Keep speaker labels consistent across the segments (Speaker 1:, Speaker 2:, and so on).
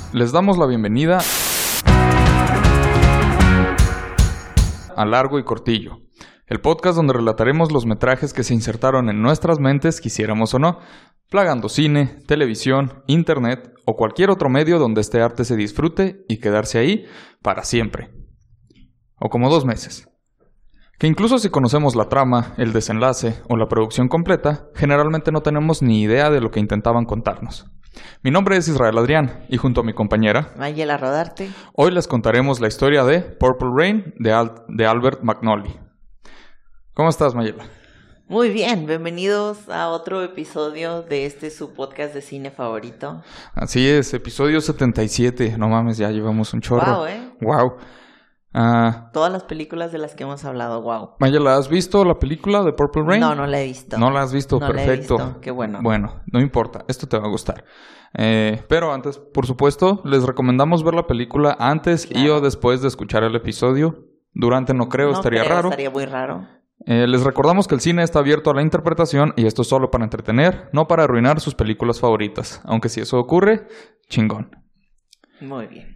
Speaker 1: Les damos la bienvenida a Largo y Cortillo, el podcast donde relataremos los metrajes que se insertaron en nuestras mentes, quisiéramos o no, plagando cine, televisión, internet o cualquier otro medio donde este arte se disfrute y quedarse ahí para siempre. O como 2 meses. Que incluso si conocemos la trama, el desenlace o la producción completa, generalmente no tenemos ni idea de lo que intentaban contarnos. Mi nombre es Israel Adrián y junto a mi compañera
Speaker 2: Mayela Rodarte,
Speaker 1: hoy les contaremos la historia de Purple Rain de Albert McNally. ¿Cómo estás, Mayela?
Speaker 2: Muy bien, bienvenidos a otro episodio de su podcast de cine favorito.
Speaker 1: Así es, episodio 77. No mames, ya llevamos un chorro.
Speaker 2: Wow,
Speaker 1: Wow.
Speaker 2: Todas las películas de las que hemos hablado, wow.
Speaker 1: Mayela, ¿has visto la película de Purple Rain?
Speaker 2: No la he visto.
Speaker 1: ¿No la has visto?
Speaker 2: No
Speaker 1: Perfecto.
Speaker 2: La he visto. Qué bueno.
Speaker 1: Bueno, no importa, esto te va a gustar. Pero antes, por supuesto, les recomendamos ver la película antes y o después de escuchar el episodio. Durante no creo, estaría raro.
Speaker 2: Estaría muy raro.
Speaker 1: Les recordamos que el cine está abierto a la interpretación y esto es solo para entretener, no para arruinar sus películas favoritas. Aunque si eso ocurre, chingón.
Speaker 2: Muy bien.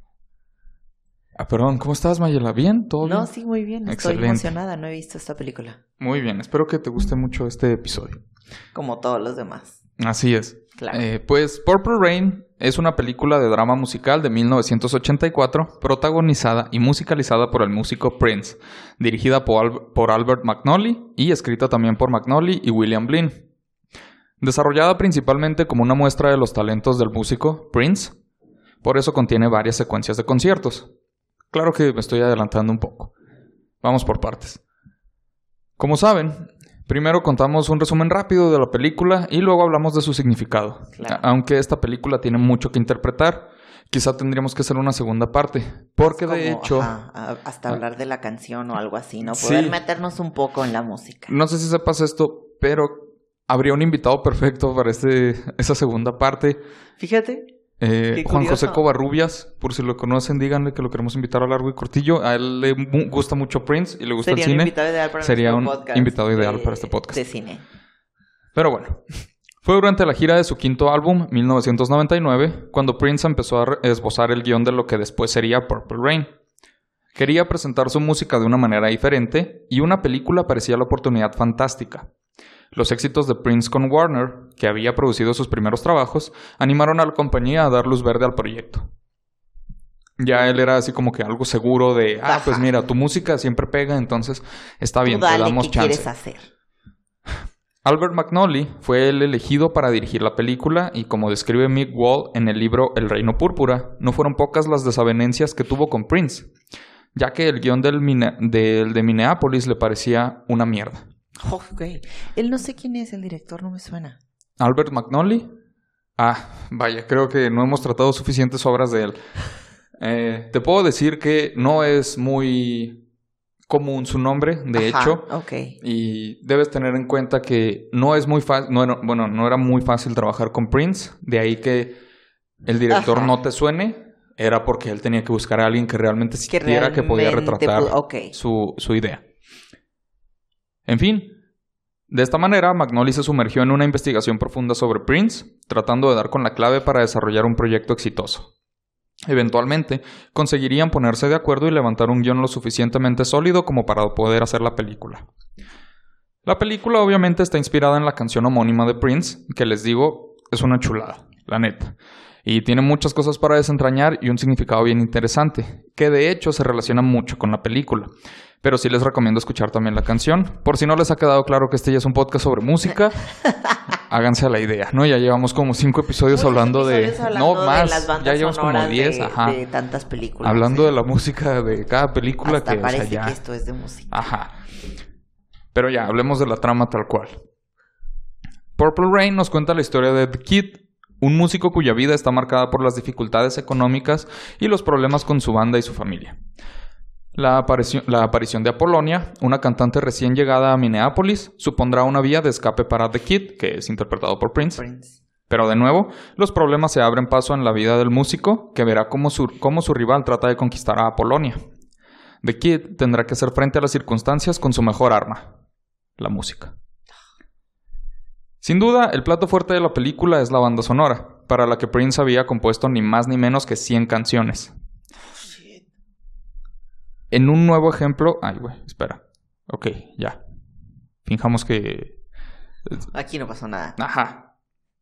Speaker 1: Perdón, ¿cómo estás, Mayela? ¿Bien? ¿Todo bien?
Speaker 2: No, sí, muy bien.
Speaker 1: Excelente.
Speaker 2: Estoy emocionada, no he visto esta película.
Speaker 1: Muy bien, espero que te guste mucho este episodio.
Speaker 2: Como todos los demás.
Speaker 1: Así es.
Speaker 2: Claro.
Speaker 1: Pues Purple Rain es una película de drama musical de 1984, protagonizada y musicalizada por el músico Prince, dirigida por Albert McNally y escrita también por McNally y William Blinn. Desarrollada principalmente como una muestra de los talentos del músico Prince, por eso contiene varias secuencias de conciertos. Claro que me estoy adelantando un poco. Vamos por partes. Como saben, primero contamos un resumen rápido de la película y luego hablamos de su significado.
Speaker 2: Claro.
Speaker 1: Aunque esta película tiene mucho que interpretar, quizá tendríamos que hacer una segunda parte. Porque de hecho...
Speaker 2: hasta hablar de la canción o algo así, ¿no? Poder meternos un poco en la música.
Speaker 1: No sé si sepas esto, pero habría un invitado perfecto para esa segunda parte.
Speaker 2: Fíjate.
Speaker 1: Juan José Covarrubias, por si lo conocen, díganle que lo queremos invitar a Largo y Cortillo. A él le gusta mucho Prince y le gusta el cine. Sería un invitado ideal para este podcast
Speaker 2: de cine.
Speaker 1: Pero bueno, fue durante la gira de su quinto álbum, 1999, cuando Prince empezó a esbozar el guión de lo que después sería Purple Rain. Quería presentar su música de una manera diferente y una película parecía la oportunidad fantástica. Los éxitos de Prince con Warner, que había producido sus primeros trabajos, animaron a la compañía a dar luz verde al proyecto. Ya él era así como que algo seguro de, pues mira, tu música siempre pega, entonces está bien, te damos chance.
Speaker 2: ¿Qué quieres hacer?
Speaker 1: Albert McNally fue el elegido para dirigir la película y como describe Mick Wall en el libro El Reino Púrpura, no fueron pocas las desavenencias que tuvo con Prince, ya que el guión del de Minneapolis le parecía una mierda.
Speaker 2: Ok. Él no sé quién es el director, no me suena.
Speaker 1: ¿Albert McNally? Vaya, creo que no hemos tratado suficientes obras de él. Te puedo decir que no es muy común su nombre, de hecho.
Speaker 2: Okay.
Speaker 1: Y debes tener en cuenta que no es muy fácil, no era muy fácil trabajar con Prince. De ahí que el director no te suene. Era porque él tenía que buscar a alguien que realmente sintiera que podía retratar su idea. En fin, de esta manera, McNally se sumergió en una investigación profunda sobre Prince, tratando de dar con la clave para desarrollar un proyecto exitoso. Eventualmente, conseguirían ponerse de acuerdo y levantar un guión lo suficientemente sólido como para poder hacer la película. La película obviamente está inspirada en la canción homónima de Prince, que les digo, es una chulada, la neta. Y tiene muchas cosas para desentrañar y un significado bien interesante, que de hecho se relaciona mucho con la película. Pero sí les recomiendo escuchar también la canción. Por si no les ha quedado claro que este ya es un podcast sobre música, háganse a la idea, ¿no? Ya llevamos como 5 episodios hablando de... No, más.
Speaker 2: De las bandas
Speaker 1: ya llevamos como 10,
Speaker 2: de tantas películas.
Speaker 1: Hablando de la música de cada película.
Speaker 2: Hasta
Speaker 1: que
Speaker 2: parece
Speaker 1: que
Speaker 2: esto es de música.
Speaker 1: Ajá. Pero ya, hablemos de la trama tal cual. Purple Rain nos cuenta la historia de The Kid, un músico cuya vida está marcada por las dificultades económicas y los problemas con su banda y su familia. La aparición de Apollonia, una cantante recién llegada a Minneapolis, supondrá una vía de escape para The Kid, que es interpretado por Prince. Pero de nuevo, los problemas se abren paso en la vida del músico, que verá cómo su rival trata de conquistar a Apollonia. The Kid tendrá que hacer frente a las circunstancias con su mejor arma, la música. Sin duda, el plato fuerte de la película es la banda sonora. para la que Prince había compuesto ni más ni menos que 100 canciones.
Speaker 2: Shit.
Speaker 1: En un nuevo ejemplo... Ay, güey, espera. Ok, ya. Fijamos que...
Speaker 2: Aquí no pasó nada.
Speaker 1: Ajá.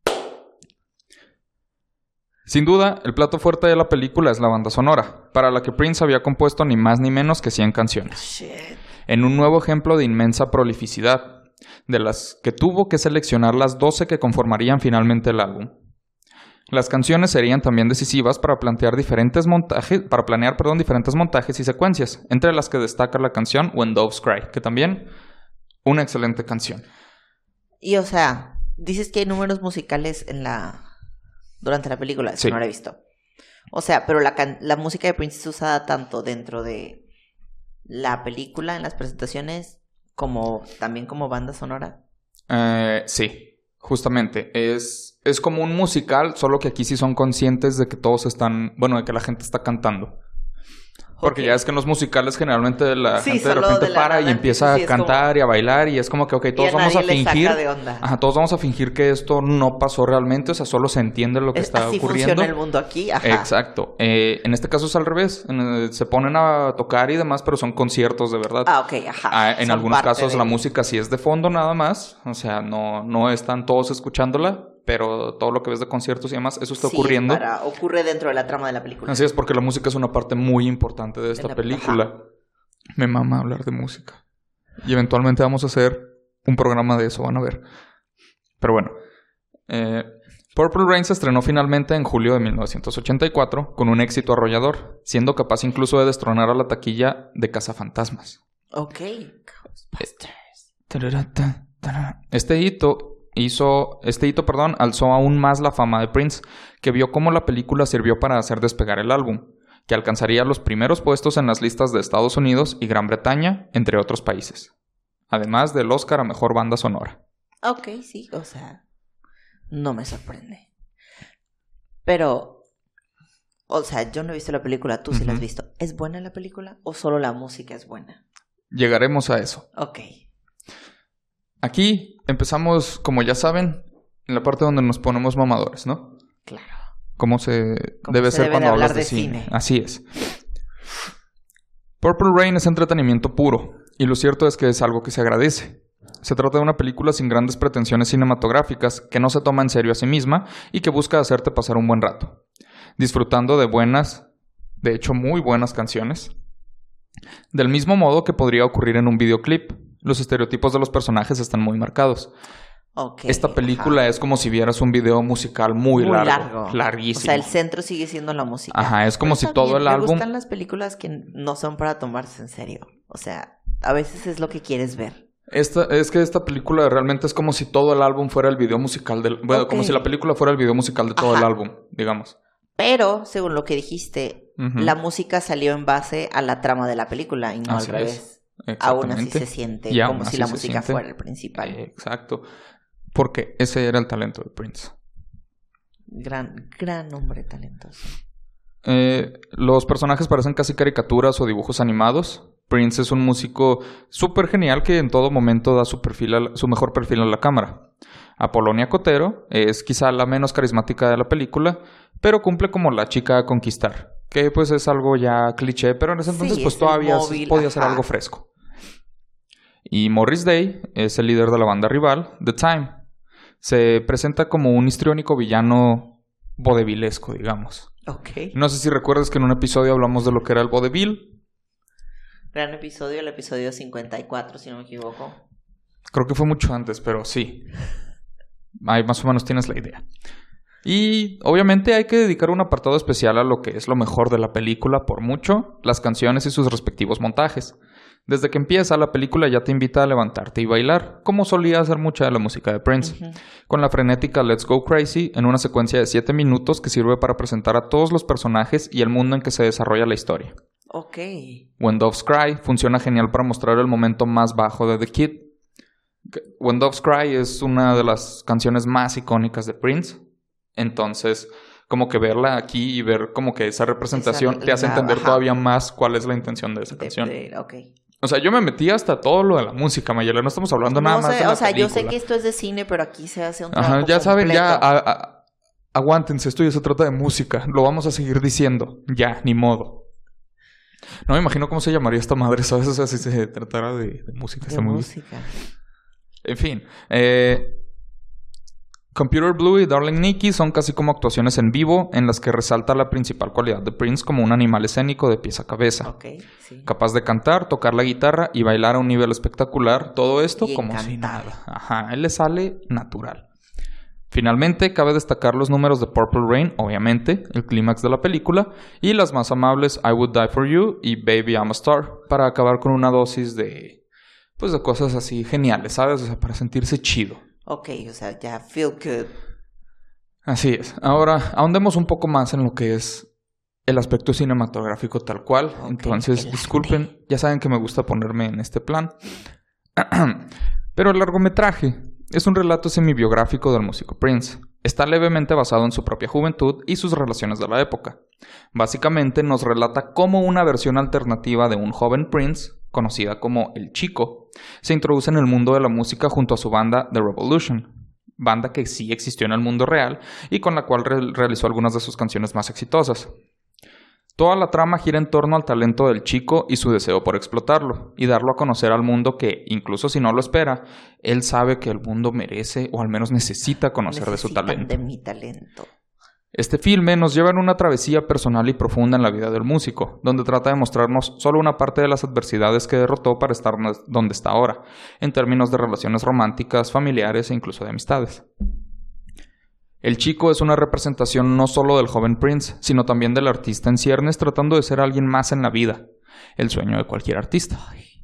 Speaker 1: Sin duda, el plato fuerte de la película es la banda sonora, para la que Prince había compuesto ni más ni menos que 100 canciones.
Speaker 2: Shit.
Speaker 1: En un nuevo ejemplo de inmensa prolificidad, de las que tuvo que seleccionar las 12 que conformarían finalmente el álbum. Las canciones serían también decisivas para planear diferentes montajes y secuencias, entre las que destaca la canción When Doves Cry, que también una excelente canción.
Speaker 2: Y o sea, dices que hay números musicales durante la película, eso
Speaker 1: Sí.
Speaker 2: no lo he visto. O sea, pero la música de Prince es usada tanto dentro de la película, en las presentaciones, como también como banda sonora.
Speaker 1: Sí, justamente. Es como un musical, solo que aquí sí son conscientes de que todos están... Bueno, de que la gente está cantando. Porque
Speaker 2: Ok.
Speaker 1: ya es que en los musicales generalmente la
Speaker 2: Sí,
Speaker 1: gente de
Speaker 2: solo
Speaker 1: repente
Speaker 2: de la
Speaker 1: para y
Speaker 2: nada
Speaker 1: empieza
Speaker 2: sí,
Speaker 1: a
Speaker 2: es
Speaker 1: cantar y a bailar y es como que, ok, todos
Speaker 2: y a
Speaker 1: vamos a
Speaker 2: nadie le
Speaker 1: fingir...
Speaker 2: saca de onda.
Speaker 1: Ajá, todos vamos a fingir que esto no pasó realmente, o sea, solo se entiende lo que está
Speaker 2: Así
Speaker 1: ocurriendo.
Speaker 2: funciona el mundo aquí, ajá.
Speaker 1: Exacto. En este caso es al revés. Se ponen a tocar y demás, pero son conciertos de verdad.
Speaker 2: Ah, ok, ajá.
Speaker 1: En
Speaker 2: Son
Speaker 1: algunos
Speaker 2: parte
Speaker 1: casos
Speaker 2: de-
Speaker 1: la música sí es de fondo nada más. O sea, no están todos escuchándola, pero todo lo que ves de conciertos y demás, eso está
Speaker 2: Sí,
Speaker 1: ocurriendo.
Speaker 2: ocurre dentro de la trama de la película.
Speaker 1: Así es, porque la música es una parte muy importante de esta
Speaker 2: la-
Speaker 1: película. Me mama hablar de música. Y eventualmente vamos a hacer un programa de eso, van a ver. Pero bueno. Purple Rain se estrenó finalmente en julio de 1984 con un éxito arrollador, siendo capaz incluso de destronar a la taquilla de Cazafantasmas.
Speaker 2: Ok. Ghostbusters.
Speaker 1: Este hito, alzó aún más la fama de Prince, que vio cómo la película sirvió para hacer despegar el álbum, que alcanzaría los primeros puestos en las listas de Estados Unidos y Gran Bretaña, entre otros países, además del Oscar a Mejor Banda Sonora.
Speaker 2: Ok, sí, o sea, no me sorprende. Pero, o sea, yo no he visto la película, tú sí la has visto. ¿Es buena la película o solo la música es buena?
Speaker 1: Llegaremos a eso.
Speaker 2: Ok.
Speaker 1: Aquí empezamos, como ya saben, en la parte donde nos ponemos mamadores, ¿no?
Speaker 2: Claro.
Speaker 1: Como se
Speaker 2: Como
Speaker 1: debe
Speaker 2: se
Speaker 1: ser
Speaker 2: debe
Speaker 1: cuando
Speaker 2: de hablar
Speaker 1: hablas de
Speaker 2: de
Speaker 1: cine.
Speaker 2: cine.
Speaker 1: Así es. Purple Rain es entretenimiento puro, y lo cierto es que es algo que se agradece. Se trata de una película sin grandes pretensiones cinematográficas, que no se toma en serio a sí misma y que busca hacerte pasar un buen rato, disfrutando de buenas, de hecho muy buenas canciones. Del mismo modo que podría ocurrir en un videoclip, los estereotipos de los personajes están muy marcados.
Speaker 2: Ok.
Speaker 1: Esta película es como si vieras un video musical muy largo. Larguísimo.
Speaker 2: O sea, el centro sigue siendo la música.
Speaker 1: Ajá, es como
Speaker 2: Pero
Speaker 1: si
Speaker 2: está
Speaker 1: todo
Speaker 2: bien,
Speaker 1: el
Speaker 2: me
Speaker 1: álbum...
Speaker 2: gustan las películas que no son para tomarse en serio. O sea, a veces es lo que quieres ver.
Speaker 1: Es que esta película realmente es como si todo el álbum fuera el video musical del... Bueno,
Speaker 2: Ok.
Speaker 1: como si la película fuera el video musical de todo
Speaker 2: Ajá.
Speaker 1: el álbum, digamos.
Speaker 2: Pero, según lo que dijiste,
Speaker 1: Ujú.
Speaker 2: la música salió en base a la trama de la película y no
Speaker 1: Así
Speaker 2: al revés.
Speaker 1: es.
Speaker 2: Aún así
Speaker 1: Exactamente.
Speaker 2: se siente
Speaker 1: Y aún
Speaker 2: como si
Speaker 1: así
Speaker 2: la
Speaker 1: se
Speaker 2: música
Speaker 1: siente.
Speaker 2: fuera el principal.
Speaker 1: Exacto. Porque ese era el talento de Prince.
Speaker 2: Gran hombre talentoso.
Speaker 1: Los personajes parecen casi caricaturas o dibujos animados. Prince es un músico súper genial que en todo momento da su mejor perfil a la cámara. Apolonia Cotero es quizá la menos carismática de la película, pero cumple como la chica a conquistar, que pues es algo ya cliché, pero en ese entonces
Speaker 2: Sí,
Speaker 1: pues
Speaker 2: es el
Speaker 1: todavía
Speaker 2: móvil,
Speaker 1: podía ser
Speaker 2: ajá.
Speaker 1: algo fresco. Y Morris Day es el líder de la banda rival, The Time. Se presenta como un histriónico villano vodevilesco, digamos.
Speaker 2: Ok.
Speaker 1: No sé si recuerdas que en un episodio hablamos de lo que era el vodevil.
Speaker 2: Gran episodio, el episodio 54, si no me equivoco.
Speaker 1: Creo que fue mucho antes, pero sí. Ahí más o menos tienes la idea. Y obviamente hay que dedicar un apartado especial a lo que es lo mejor de la película por mucho, las canciones y sus respectivos montajes. Desde que empieza, la película ya te invita a levantarte y bailar, como solía hacer mucha de la música de Prince, con la frenética Let's Go Crazy en una secuencia de 7 minutos que sirve para presentar a todos los personajes y el mundo en que se desarrolla la historia.
Speaker 2: Ok.
Speaker 1: When Doves Cry funciona genial para mostrar el momento más bajo de The Kid. When Doves Cry es una de las canciones más icónicas de Prince. Entonces, como que verla aquí y ver como que esa representación te hace entender todavía más cuál es la intención de esa canción.
Speaker 2: Ok.
Speaker 1: O sea, yo me metí hasta todo lo de la música, Mayela. No estamos hablando nada más de la
Speaker 2: O sea, yo sé
Speaker 1: película.
Speaker 2: que esto es de cine, pero aquí se hace un
Speaker 1: Ajá,
Speaker 2: trabajo
Speaker 1: ya saben,
Speaker 2: completo.
Speaker 1: ya aguántense, esto ya se trata de música. Lo vamos a seguir diciendo. Ya, ni modo. No me imagino cómo se llamaría esta madre, ¿sabes? O sea, si se tratara de música.
Speaker 2: De música.
Speaker 1: En fin. Computer Blue y Darling Nikki son casi como actuaciones en vivo en las que resalta la principal cualidad de Prince como un animal escénico de pies a cabeza.
Speaker 2: Okay, sí.
Speaker 1: Capaz de cantar, tocar la guitarra y bailar a un nivel espectacular. Todo esto
Speaker 2: Y
Speaker 1: como
Speaker 2: encantar.
Speaker 1: si nada. Ajá, a él le sale natural. Finalmente, cabe destacar los números de Purple Rain, obviamente, el clímax de la película, y las más amables I Would Die For You y Baby I'm a Star, para acabar con una dosis de cosas así geniales, ¿sabes? O sea, para sentirse chido.
Speaker 2: Ok, o sea, ya feel good.
Speaker 1: Así es. Ahora, ahondemos un poco más en lo que es el aspecto cinematográfico tal cual.
Speaker 2: Ok,
Speaker 1: Entonces,
Speaker 2: el
Speaker 1: disculpen,
Speaker 2: arte.
Speaker 1: ya saben que me gusta ponerme en este plan. Pero el largometraje es un relato semi-biográfico del músico Prince. Está levemente basado en su propia juventud y sus relaciones de la época. Básicamente nos relata cómo una versión alternativa de un joven Prince, conocida como El Chico, se introduce en el mundo de la música junto a su banda The Revolution, banda que sí existió en el mundo real y con la cual realizó algunas de sus canciones más exitosas. Toda la trama gira en torno al talento del chico y su deseo por explotarlo y darlo a conocer al mundo que, incluso si no lo espera, él sabe que el mundo merece o al menos necesita conocer de su talento.
Speaker 2: De mi talento.
Speaker 1: Este filme nos lleva en una travesía personal y profunda en la vida del músico, donde trata de mostrarnos solo una parte de las adversidades que derrotó para estar donde está ahora, en términos de relaciones románticas, familiares e incluso de amistades. El Chico es una representación no solo del joven Prince, sino también del artista en ciernes tratando de ser alguien más en la vida, el sueño de cualquier artista.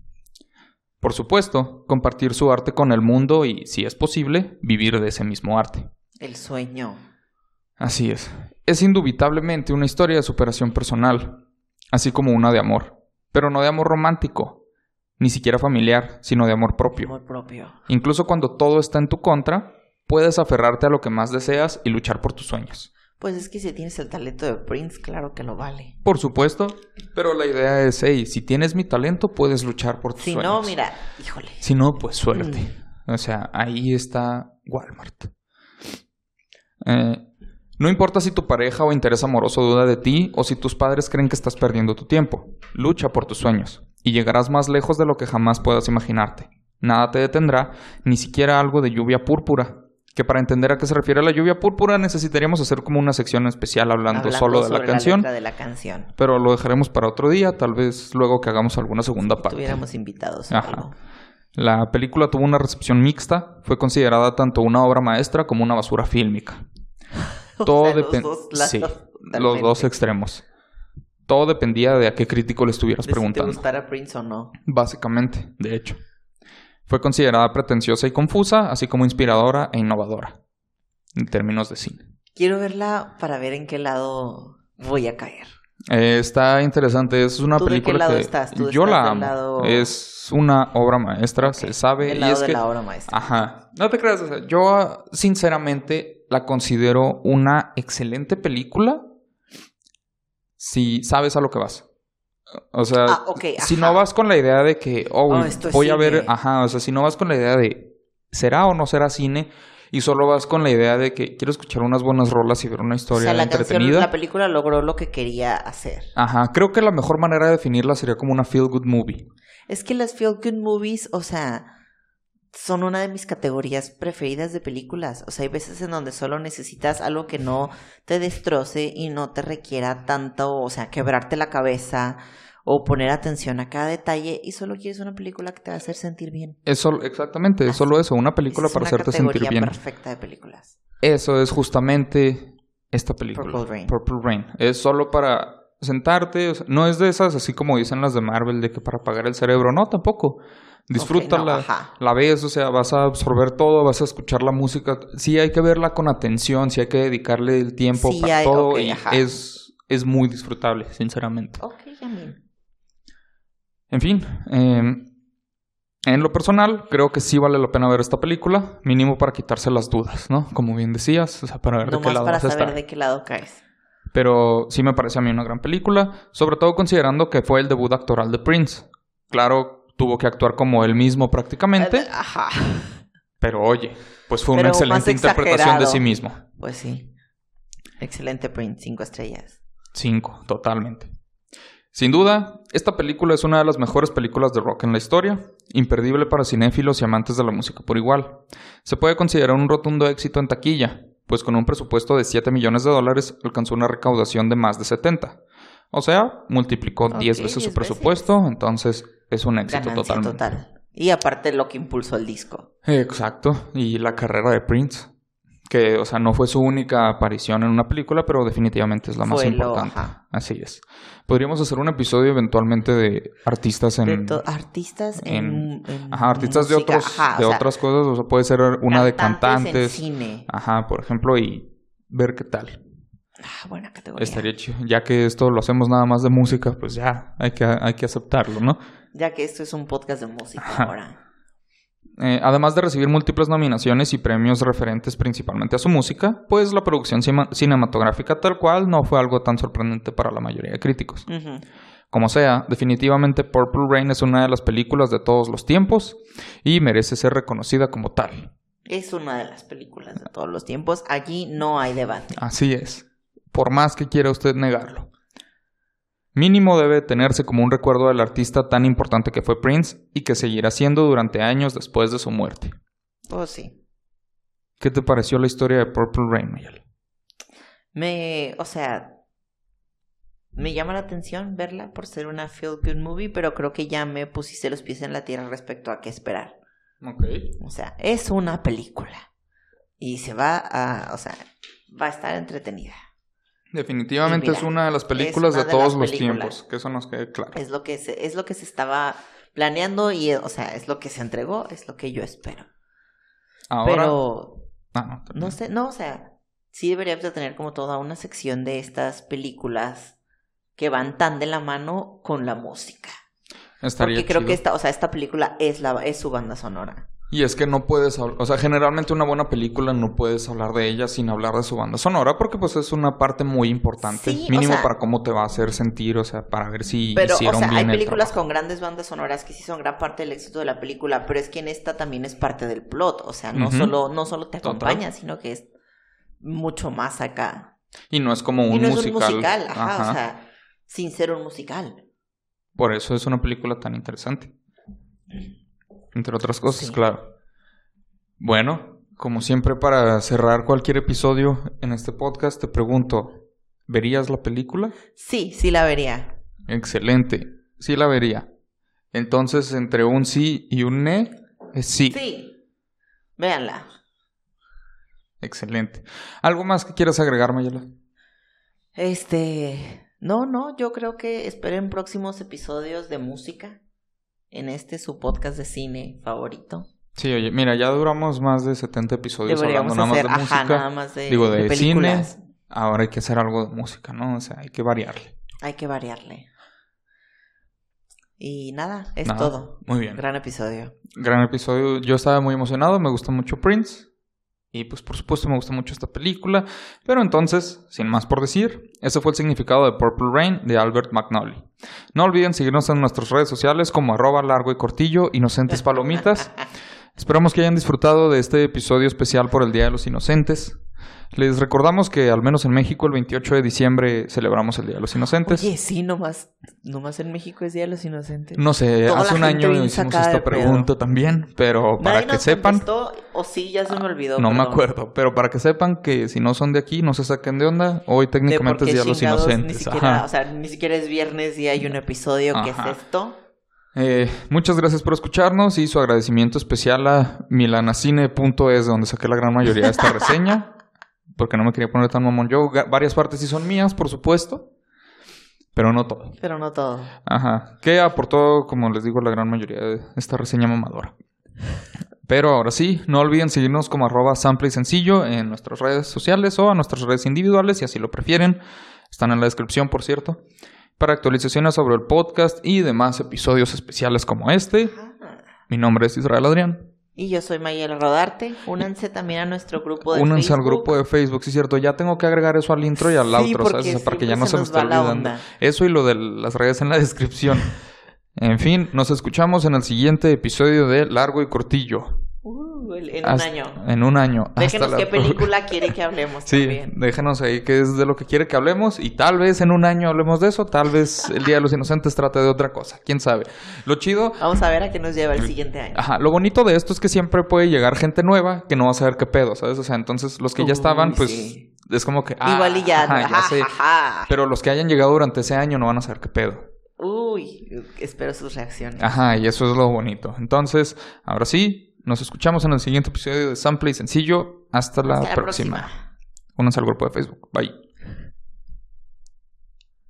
Speaker 1: Por supuesto, compartir su arte con el mundo y, si es posible, vivir de ese mismo arte.
Speaker 2: El sueño.
Speaker 1: Así es. Es indubitablemente una historia de superación personal, así como una de amor, pero no de amor romántico, ni siquiera familiar, sino de amor propio.
Speaker 2: Amor propio.
Speaker 1: Incluso cuando todo está en tu contra, puedes aferrarte a lo que más deseas y luchar por tus sueños.
Speaker 2: Pues es que si tienes el talento de Prince, claro que lo vale.
Speaker 1: Por supuesto, pero la idea es, hey, si tienes mi talento, puedes luchar por tus sueños.
Speaker 2: Si no, mira, híjole.
Speaker 1: Si no, pues suerte. O sea, ahí está Walmart. No importa si tu pareja o interés amoroso duda de ti o si tus padres creen que estás perdiendo tu tiempo. Lucha por tus sueños y llegarás más lejos de lo que jamás puedas imaginarte. Nada te detendrá, ni siquiera algo de lluvia púrpura. Que para entender a qué se refiere la lluvia púrpura necesitaríamos hacer como una sección especial hablando solo de la canción.
Speaker 2: La letra de la canción.
Speaker 1: Pero lo dejaremos para otro día, tal vez luego que hagamos alguna segunda parte.
Speaker 2: Tuviéramos invitados.
Speaker 1: Ajá. La película tuvo una recepción mixta, fue considerada tanto una obra maestra como una basura fílmica. Todo depende. Sí, los dos extremos. Todo dependía de a qué crítico le estuvieras preguntando.
Speaker 2: Si te gustara Prince o no.
Speaker 1: Básicamente, de hecho. Fue considerada pretenciosa y confusa, así como inspiradora e innovadora, en términos de cine.
Speaker 2: Quiero verla para ver en qué lado voy a caer.
Speaker 1: Está interesante. Es una película
Speaker 2: ¿Tú de qué lado
Speaker 1: que
Speaker 2: estás? ¿Tú
Speaker 1: yo
Speaker 2: estás
Speaker 1: la
Speaker 2: del
Speaker 1: amo.
Speaker 2: lado...
Speaker 1: Es una obra maestra,
Speaker 2: Okay.
Speaker 1: se sabe.
Speaker 2: Del
Speaker 1: y
Speaker 2: lado
Speaker 1: es
Speaker 2: de
Speaker 1: que...
Speaker 2: la obra maestra.
Speaker 1: Ajá. No te creas. O sea, yo sinceramente la considero una excelente película si sabes a lo que vas. O sea, si no vas con la idea de que, voy a ver, o sea, si no vas con la idea de, ¿será o no será cine? Y solo vas con la idea de que quiero escuchar unas buenas rolas y ver una historia entretenida.
Speaker 2: La película logró lo que quería hacer.
Speaker 1: Ajá, creo que la mejor manera de definirla sería como una feel-good movie.
Speaker 2: Es que las feel-good movies, o sea, son una de mis categorías preferidas de películas. O sea, hay veces en donde solo necesitas algo que no te destroce y no te requiera tanto, o sea, quebrarte la cabeza o poner atención a cada detalle y solo quieres una película que te va a hacer sentir bien.
Speaker 1: Exactamente, es solo eso, una película para hacerte sentir bien.
Speaker 2: Es una categoría perfecta de películas.
Speaker 1: Eso es justamente esta película. Purple Rain. Es solo para sentarte, o sea, no es de esas así como dicen las de Marvel de que para apagar el cerebro, no, tampoco. Disfrútala, la ves, o sea, vas a absorber todo, vas a escuchar la música. Sí hay que verla con atención, sí hay que dedicarle el tiempo para todo y es muy disfrutable, sinceramente.
Speaker 2: Ok, Yamin.
Speaker 1: En fin, en lo personal, creo que sí vale la pena ver esta película, mínimo para quitarse las dudas, ¿no? Como bien decías, o sea, para ver de qué lado vas a estar.
Speaker 2: para saber de qué lado caes.
Speaker 1: Pero sí me parece a mí una gran película, sobre todo considerando que fue el debut actoral de Prince. Claro, tuvo que actuar como él mismo prácticamente. Pero oye, pues fue una excelente interpretación de sí mismo.
Speaker 2: Pues sí. Excelente Prince, 5 estrellas.
Speaker 1: 5, totalmente. Sin duda, esta película es una de las mejores películas de rock en la historia, imperdible para cinéfilos y amantes de la música por igual. Se puede considerar un rotundo éxito en taquilla, pues con un presupuesto de $7 millones alcanzó una recaudación de más de 70. O sea, multiplicó 10 veces su presupuesto, entonces es un éxito
Speaker 2: Ganancia
Speaker 1: totalmente.
Speaker 2: total. Y aparte lo que impulsó el disco.
Speaker 1: Exacto, y la carrera de Prince, que, o sea, no fue su única aparición en una película, pero definitivamente es la más importante. Así es. Podríamos hacer un episodio eventualmente de artistas en...
Speaker 2: artistas en
Speaker 1: artistas
Speaker 2: música,
Speaker 1: de otras cosas, o sea, puede ser una de cantantes.
Speaker 2: En cine.
Speaker 1: Ajá, por ejemplo, y ver qué tal.
Speaker 2: Buena categoría.
Speaker 1: Estaría chido. Ya que esto lo hacemos nada más de música, pues ya hay que aceptarlo, ¿no?
Speaker 2: Ya que esto es un podcast de música ahora.
Speaker 1: Además de recibir múltiples nominaciones y premios referentes principalmente a su música, pues la producción cinematográfica tal cual no fue algo tan sorprendente para la mayoría de críticos.
Speaker 2: Uh-huh.
Speaker 1: Como sea, definitivamente Purple Rain es una de las películas de todos los tiempos y merece ser reconocida como tal.
Speaker 2: Es una de las películas de todos los tiempos. Allí no hay debate.
Speaker 1: Así es. Por más que quiera usted negarlo. Mínimo debe tenerse como un recuerdo del artista tan importante que fue Prince y que seguirá siendo durante años después de su muerte.
Speaker 2: Oh, sí.
Speaker 1: ¿Qué te pareció la historia de Purple Rain, Mayel?
Speaker 2: Me llama la atención verla por ser una feel good movie, pero creo que ya me pusiste los pies en la tierra respecto a qué esperar.
Speaker 1: Ok.
Speaker 2: O sea, es una película y va a estar entretenida.
Speaker 1: Definitivamente
Speaker 2: mira,
Speaker 1: es una de las películas de todos los tiempos, que eso nos quede claro.
Speaker 2: Es lo que se estaba planeando y, o sea, es lo que se entregó, es lo que yo espero.
Speaker 1: Ahora...
Speaker 2: Pero... no sé, o sea, sí deberíamos de tener como toda una sección de estas películas que van tan de la mano con la música.
Speaker 1: Estaría
Speaker 2: Porque creo
Speaker 1: chido.
Speaker 2: que esta película es su banda sonora.
Speaker 1: Y es que no puedes hablar, o sea, generalmente una buena película no puedes hablar de ella sin hablar de su banda sonora, porque pues es una parte muy importante,
Speaker 2: sí,
Speaker 1: mínimo,
Speaker 2: o sea,
Speaker 1: para cómo te va a hacer sentir, o sea, para ver si
Speaker 2: pero,
Speaker 1: hicieron bien
Speaker 2: hay
Speaker 1: el
Speaker 2: películas
Speaker 1: trabajo.
Speaker 2: con grandes bandas sonoras que sí son gran parte del éxito de la película, pero es que en esta también es parte del plot, o sea, no solo te acompaña, sino que es mucho más acá.
Speaker 1: Y no es como un
Speaker 2: musical.
Speaker 1: musical.
Speaker 2: Es un musical, o sea, sin ser un musical.
Speaker 1: Por eso es una película tan interesante. Entre otras cosas,
Speaker 2: sí.
Speaker 1: Claro. Bueno, como siempre, para cerrar cualquier episodio en este podcast, te pregunto, ¿verías la película?
Speaker 2: Sí la vería.
Speaker 1: Excelente, sí la vería. Entonces, entre un sí y un ne, es sí.
Speaker 2: Sí, véanla.
Speaker 1: Excelente. ¿Algo más que quieras agregar, Mayela?
Speaker 2: No, yo creo que esperen próximos episodios de música en su podcast de cine favorito.
Speaker 1: Sí, oye, mira, ya duramos más de 70 episodios
Speaker 2: Deberíamos
Speaker 1: hablando nada más de música.
Speaker 2: nada más de
Speaker 1: películas. Cine. Ahora hay que hacer algo de música, ¿no? O sea, hay que variarle.
Speaker 2: Hay que variarle. Y nada, todo.
Speaker 1: Muy bien.
Speaker 2: Gran episodio.
Speaker 1: Gran episodio. Yo estaba muy emocionado, me gusta mucho Prince. Y pues por supuesto me gusta mucho esta película. Pero entonces, sin más por decir, ese fue el significado de Purple Rain de Albert McNally. No olviden seguirnos en nuestras redes sociales como @largo y cortillo, Inocentes Palomitas. Esperamos que hayan disfrutado de este episodio especial por el Día de los Inocentes. Les recordamos que al menos en México el 28 de diciembre celebramos el Día de los Inocentes.
Speaker 2: Oye, sí, nomás en México es Día de los Inocentes.
Speaker 1: No sé, hace un año hicimos esta pregunta también, pero para que sepan...
Speaker 2: O sí, ya se me olvidó.
Speaker 1: No me acuerdo, pero para que sepan que si no son de aquí, no se saquen de onda. Hoy técnicamente es Día de los Inocentes.
Speaker 2: Ni siquiera es viernes y hay un episodio que es esto.
Speaker 1: Muchas gracias por escucharnos y su agradecimiento especial a milanacine.es, donde saqué la gran mayoría de esta reseña. Porque no me quería poner tan mamón yo. Varias partes sí son mías, por supuesto. Pero no todo. Ajá. Que aportó, como les digo, la gran mayoría de esta reseña mamadora. Pero ahora sí, no olviden seguirnos como @sample y sencillo en nuestras redes sociales o a nuestras redes individuales, si así lo prefieren. Están en la descripción, por cierto. Para actualizaciones sobre el podcast y demás episodios especiales como este. Mi nombre es Israel Adrián.
Speaker 2: Y yo soy Mayela Rodarte. Únanse también a nuestro grupo de Facebook.
Speaker 1: Únanse al grupo de Facebook, sí es cierto. Ya tengo que agregar eso al intro y al outro, ¿sabes? Para que ya no se me esté olvidando. Eso y lo de las redes en la descripción. En fin, nos escuchamos en el siguiente episodio de Largo y Cortillo.
Speaker 2: En un año.
Speaker 1: En un año.
Speaker 2: Déjenos qué película quiere que hablemos también.
Speaker 1: Sí, déjenos ahí qué es de lo que quiere que hablemos. Y tal vez en un año hablemos de eso. Tal vez el Día de los Inocentes trate de otra cosa. ¿Quién sabe? Lo chido...
Speaker 2: Vamos a ver a qué nos lleva el siguiente año.
Speaker 1: Ajá. Lo bonito de esto es que siempre puede llegar gente nueva que no va a saber qué pedo, ¿sabes? O sea, entonces los que ya estaban, pues... Sí. Es como que...
Speaker 2: Igual y ya...
Speaker 1: ya sé. Pero los que hayan llegado durante ese año no van a saber qué pedo.
Speaker 2: Espero sus reacciones.
Speaker 1: Ajá, y eso es lo bonito. Entonces, ahora sí... Nos escuchamos en el siguiente episodio de Sample y Sencillo. Hasta la próxima. Únanse al grupo de Facebook. Bye.